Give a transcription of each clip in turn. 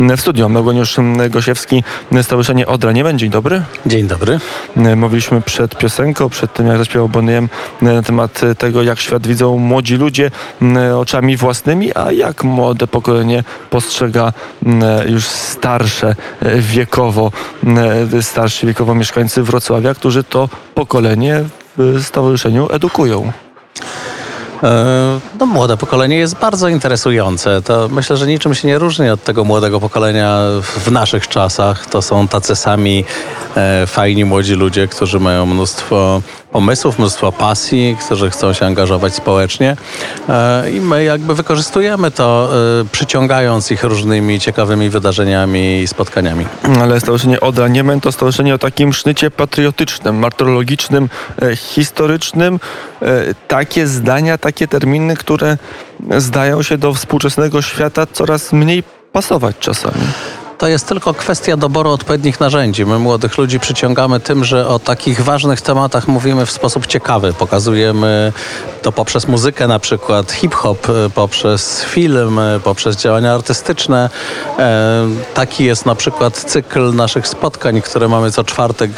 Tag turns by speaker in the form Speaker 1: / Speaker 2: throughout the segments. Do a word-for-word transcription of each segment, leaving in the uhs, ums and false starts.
Speaker 1: w studiu. Eugeniusz Gosiewski, Stowarzyszenie Odra Niemen. Dzień dobry.
Speaker 2: Dzień dobry.
Speaker 1: Mówiliśmy przed piosenką, przed tym jak zaśpiewał Bonny na temat tego, jak świat widzą młodzi ludzie oczami własnymi, a jak młode pokolenie postrzega już starsze wiekowo, starsi wiekowo mieszkańcy Wrocławia, którzy to pokolenie w stowarzyszeniu edukują.
Speaker 2: No, młode pokolenie jest bardzo interesujące. To myślę, że niczym się nie różni od tego młodego pokolenia w naszych czasach. To są tacy sami e, fajni młodzi ludzie, którzy mają mnóstwo pomysłów, mnóstwo pasji, którzy chcą się angażować społecznie e, i my jakby wykorzystujemy to, e, przyciągając ich różnymi ciekawymi wydarzeniami i spotkaniami.
Speaker 1: Ale Stowarzyszenie Odra Niemen to stowarzyszenie o takim sznycie patriotycznym, martyrologicznym, e, historycznym. E, takie zdania, takie terminy, które zdają się do współczesnego świata coraz mniej pasować czasami.
Speaker 2: To jest tylko kwestia doboru odpowiednich narzędzi. My młodych ludzi przyciągamy tym, że o takich ważnych tematach mówimy w sposób ciekawy. Pokazujemy to poprzez muzykę na przykład, hip-hop, poprzez film, poprzez działania artystyczne. E, taki jest na przykład cykl naszych spotkań, które mamy co czwartek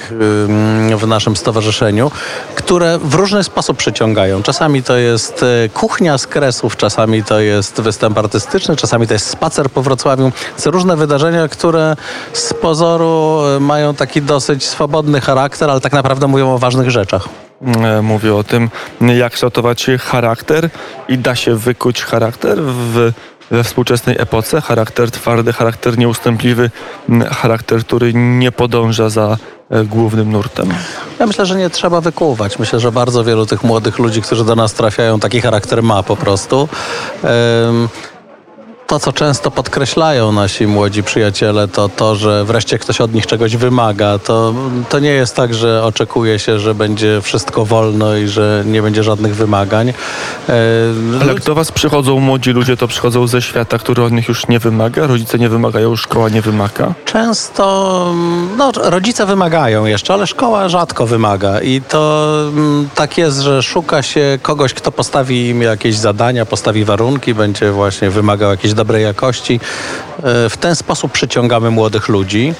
Speaker 2: w naszym stowarzyszeniu, które w różny sposób przyciągają. Czasami to jest kuchnia z Kresów, czasami to jest występ artystyczny, czasami to jest spacer po Wrocławiu. Są różne wydarzenia, które z pozoru mają taki dosyć swobodny charakter, ale tak naprawdę mówią o ważnych rzeczach.
Speaker 1: Mówię o tym, jak kształtować charakter i da się wykuć charakter w, we współczesnej epoce. Charakter twardy, charakter nieustępliwy, charakter, który nie podąża za głównym nurtem.
Speaker 2: Ja myślę, że nie trzeba wykuwać. Myślę, że bardzo wielu tych młodych ludzi, którzy do nas trafiają, taki charakter ma po prostu. Um, To, co często podkreślają nasi młodzi przyjaciele, to to, że wreszcie ktoś od nich czegoś wymaga. To, to nie jest tak, że oczekuje się, że będzie wszystko wolno i że nie będzie żadnych wymagań. E,
Speaker 1: Ale
Speaker 2: ludzi...
Speaker 1: jak do was przychodzą młodzi ludzie, to przychodzą ze świata, który od nich już nie wymaga? Rodzice nie wymagają, szkoła nie wymaga?
Speaker 2: Często, no rodzice wymagają jeszcze, ale szkoła rzadko wymaga. I to m, tak jest, że szuka się kogoś, kto postawi im jakieś zadania, postawi warunki, będzie właśnie wymagał jakiejś dobrej jakości. W ten sposób przyciągamy młodych ludzi.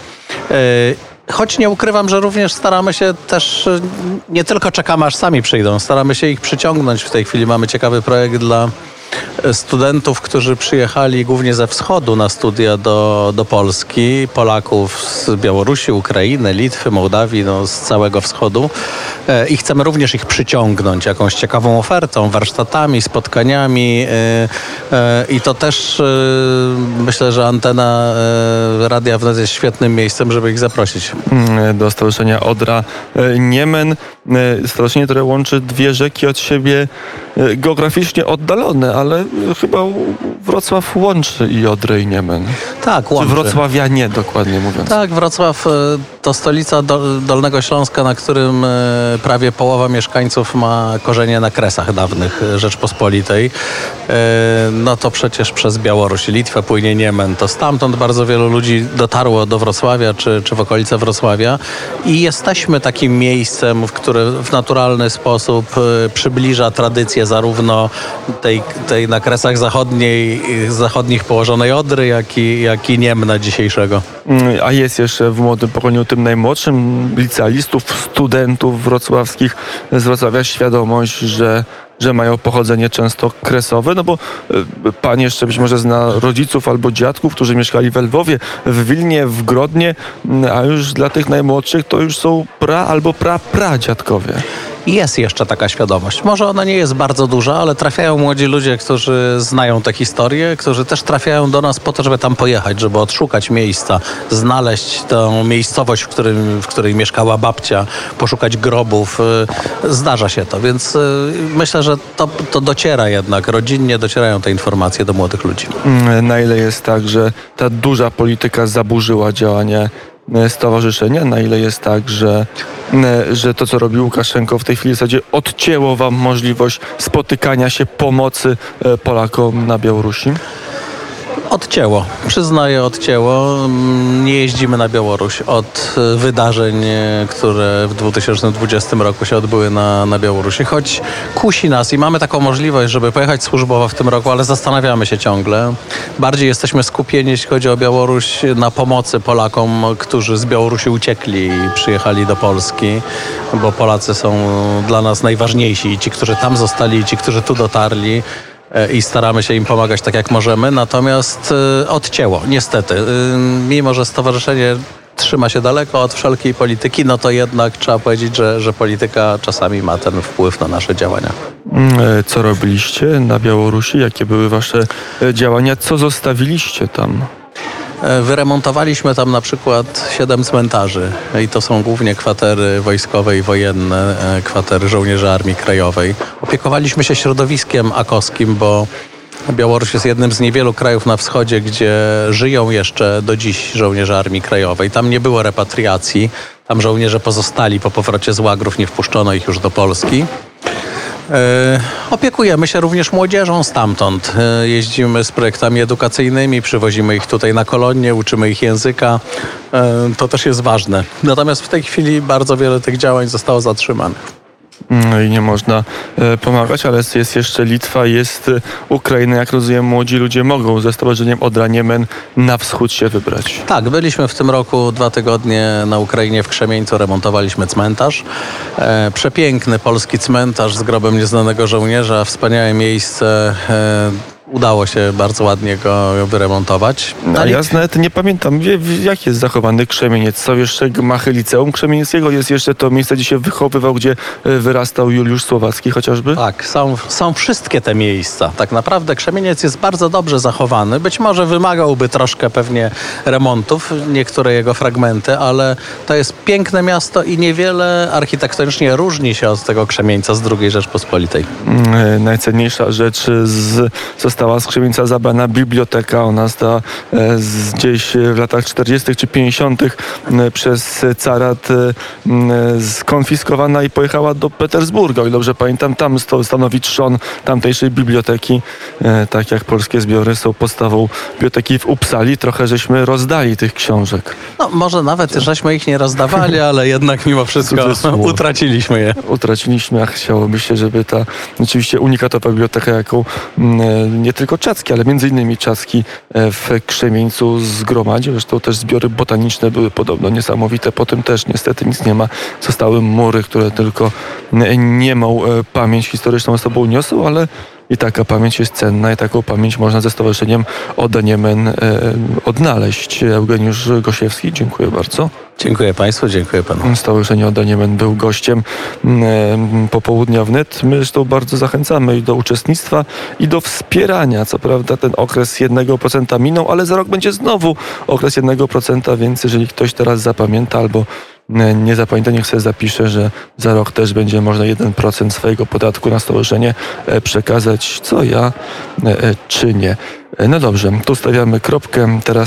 Speaker 2: Choć nie ukrywam, że również staramy się też, nie tylko czekamy aż sami przyjdą, staramy się ich przyciągnąć. W tej chwili mamy ciekawy projekt dla studentów, którzy przyjechali głównie ze wschodu na studia do, do Polski, Polaków z Białorusi, Ukrainy, Litwy, Mołdawii, no, z całego wschodu. E, I chcemy również ich przyciągnąć jakąś ciekawą ofertą, warsztatami, spotkaniami. E, e, I to też e, myślę, że antena e, Radia Wnet jest świetnym miejscem, żeby ich zaprosić.
Speaker 1: Do Stowarzyszenia Odra Niemen. Stowarzyszenie, które łączy dwie rzeki od siebie geograficznie oddalone, ale chyba Wrocław łączy i Odrę i Niemen.
Speaker 2: Tak, łączy.
Speaker 1: Czy wrocławianie, dokładnie mówiąc.
Speaker 2: Tak, Wrocław to stolica Dolnego Śląska, na którym prawie połowa mieszkańców ma korzenie na Kresach dawnych Rzeczpospolitej. No to przecież przez Białoruś i Litwę płynie Niemen. To stamtąd bardzo wielu ludzi dotarło do Wrocławia czy, czy w okolice Wrocławia i jesteśmy takim miejscem, w które w naturalny sposób przybliża tradycję zarówno tej, tej na Kresach zachodniej, zachodnich położonej Odry, jak i, jak i Niemna dzisiejszego.
Speaker 1: A jest jeszcze w młodym pokoleniu, tym najmłodszym, licealistów, studentów wrocławskich z Wrocławia świadomość, że że mają pochodzenie często kresowe, no bo pan jeszcze być może zna rodziców albo dziadków, którzy mieszkali w Lwowie, w Wilnie, w Grodnie, a już dla tych najmłodszych to już są pra albo pra pradziadkowie.
Speaker 2: Jest jeszcze taka świadomość. Może ona nie jest bardzo duża, ale trafiają młodzi ludzie, którzy znają tę historię, którzy też trafiają do nas po to, żeby tam pojechać, żeby odszukać miejsca, znaleźć tę miejscowość, w, którym, w której mieszkała babcia, poszukać grobów. Zdarza się to, więc myślę, że to, to dociera jednak, rodzinnie docierają te informacje do młodych ludzi.
Speaker 1: Na ile jest tak, że ta duża polityka zaburzyła działanie stowarzyszenia, na ile jest tak, że, że to, co robi Łukaszenko w tej chwili w zasadzie odcięło wam możliwość spotykania się, pomocy Polakom na Białorusi?
Speaker 2: Od Odcięło. Przyznaję, odcięło. Nie jeździmy na Białoruś od wydarzeń, które w dwa tysiące dwudziestym roku się odbyły na, na Białorusi. Choć kusi nas i mamy taką możliwość, żeby pojechać służbowo w tym roku, ale zastanawiamy się ciągle. Bardziej jesteśmy skupieni, jeśli chodzi o Białoruś, na pomocy Polakom, którzy z Białorusi uciekli i przyjechali do Polski, bo Polacy są dla nas najważniejsi. I ci, którzy tam zostali, i ci, którzy tu dotarli. I staramy się im pomagać tak, jak możemy. Natomiast y, odcięło, niestety. Y, mimo, że stowarzyszenie trzyma się daleko od wszelkiej polityki, no to jednak trzeba powiedzieć, że, że polityka czasami ma ten wpływ na nasze działania.
Speaker 1: Co robiliście na Białorusi? Jakie były wasze działania? Co zostawiliście tam?
Speaker 2: Wyremontowaliśmy tam na przykład siedem cmentarzy i to są głównie kwatery wojskowe i wojenne, kwatery żołnierzy Armii Krajowej. Opiekowaliśmy się środowiskiem akoskim, bo Białoruś jest jednym z niewielu krajów na wschodzie, gdzie żyją jeszcze do dziś żołnierze Armii Krajowej. Tam nie było repatriacji, tam żołnierze pozostali po powrocie z łagrów, nie wpuszczono ich już do Polski. E, opiekujemy się również młodzieżą stamtąd. E, jeździmy z projektami edukacyjnymi, przywozimy ich tutaj na kolonie, uczymy ich języka. E, to też jest ważne. Natomiast w tej chwili bardzo wiele tych działań zostało zatrzymanych.
Speaker 1: No i nie można e, pomagać, ale jest jeszcze Litwa, jest Ukraina. Jak rozumiem, młodzi ludzie mogą ze stowarzyszeniem Odra Niemen na wschód się wybrać.
Speaker 2: Tak, byliśmy w tym roku dwa tygodnie na Ukrainie w Krzemieńcu, remontowaliśmy cmentarz. E, przepiękny polski cmentarz z grobem nieznanego żołnierza, wspaniałe miejsce. E, Udało się bardzo ładnie go wyremontować.
Speaker 1: A ja nawet nie pamiętam, jak jest zachowany Krzemieniec. Są jeszcze gmachy liceum Krzemienieckiego, jest jeszcze to miejsce, gdzie się wychowywał, gdzie wyrastał Juliusz Słowacki chociażby?
Speaker 2: Tak, są, są wszystkie te miejsca. Tak naprawdę Krzemieniec jest bardzo dobrze zachowany. Być może wymagałby troszkę pewnie remontów, niektóre jego fragmenty, ale to jest piękne miasto i niewiele architektonicznie różni się od tego Krzemieńca z drugiej Rzeczpospolitej.
Speaker 1: Hmm, najcenniejsza rzecz z, została z Krzemieńca zabrana biblioteka. Ona została e, z, gdzieś w latach czterdziestych czy pięćdziesiątych e, przez carat e, skonfiskowana i pojechała do Petersburga. O ile dobrze pamiętam, tam sto, stanowi trzon tamtejszej biblioteki. E, tak jak polskie zbiory są podstawą biblioteki w Uppsali. Trochę żeśmy rozdali tych książek.
Speaker 2: No może nawet żeśmy ich nie rozdawali, ale jednak mimo wszystko utraciliśmy je.
Speaker 1: Utraciliśmy, a chciałoby się, żeby ta oczywiście unikatowa biblioteka, jaką m, nie tylko Czacki, ale między innymi Czacki w Krzemieńcu zgromadził. Zresztą też zbiory botaniczne były podobno niesamowite. Po tym też niestety nic nie ma. Zostały mury, które tylko niemą pamięć historyczną z sobą niosą, ale i taka pamięć jest cenna i taką pamięć można ze Stowarzyszeniem Odra Niemen e, odnaleźć. Eugeniusz Gosiewski, dziękuję bardzo.
Speaker 2: Dziękuję Państwu, dziękuję Panu.
Speaker 1: Stowarzyszenie Odra Niemen był gościem e, popołudnia wnet. My zresztą bardzo zachęcamy i do uczestnictwa i do wspierania. Co prawda ten okres jednego procenta minął, ale za rok będzie znowu okres jednego procenta, więc jeżeli ktoś teraz zapamięta albo nie zapamięta, niech sobie zapisze, że za rok też będzie można jeden procent swojego podatku na stowarzyszenie przekazać, co ja czynię. No dobrze, tu stawiamy kropkę. Teraz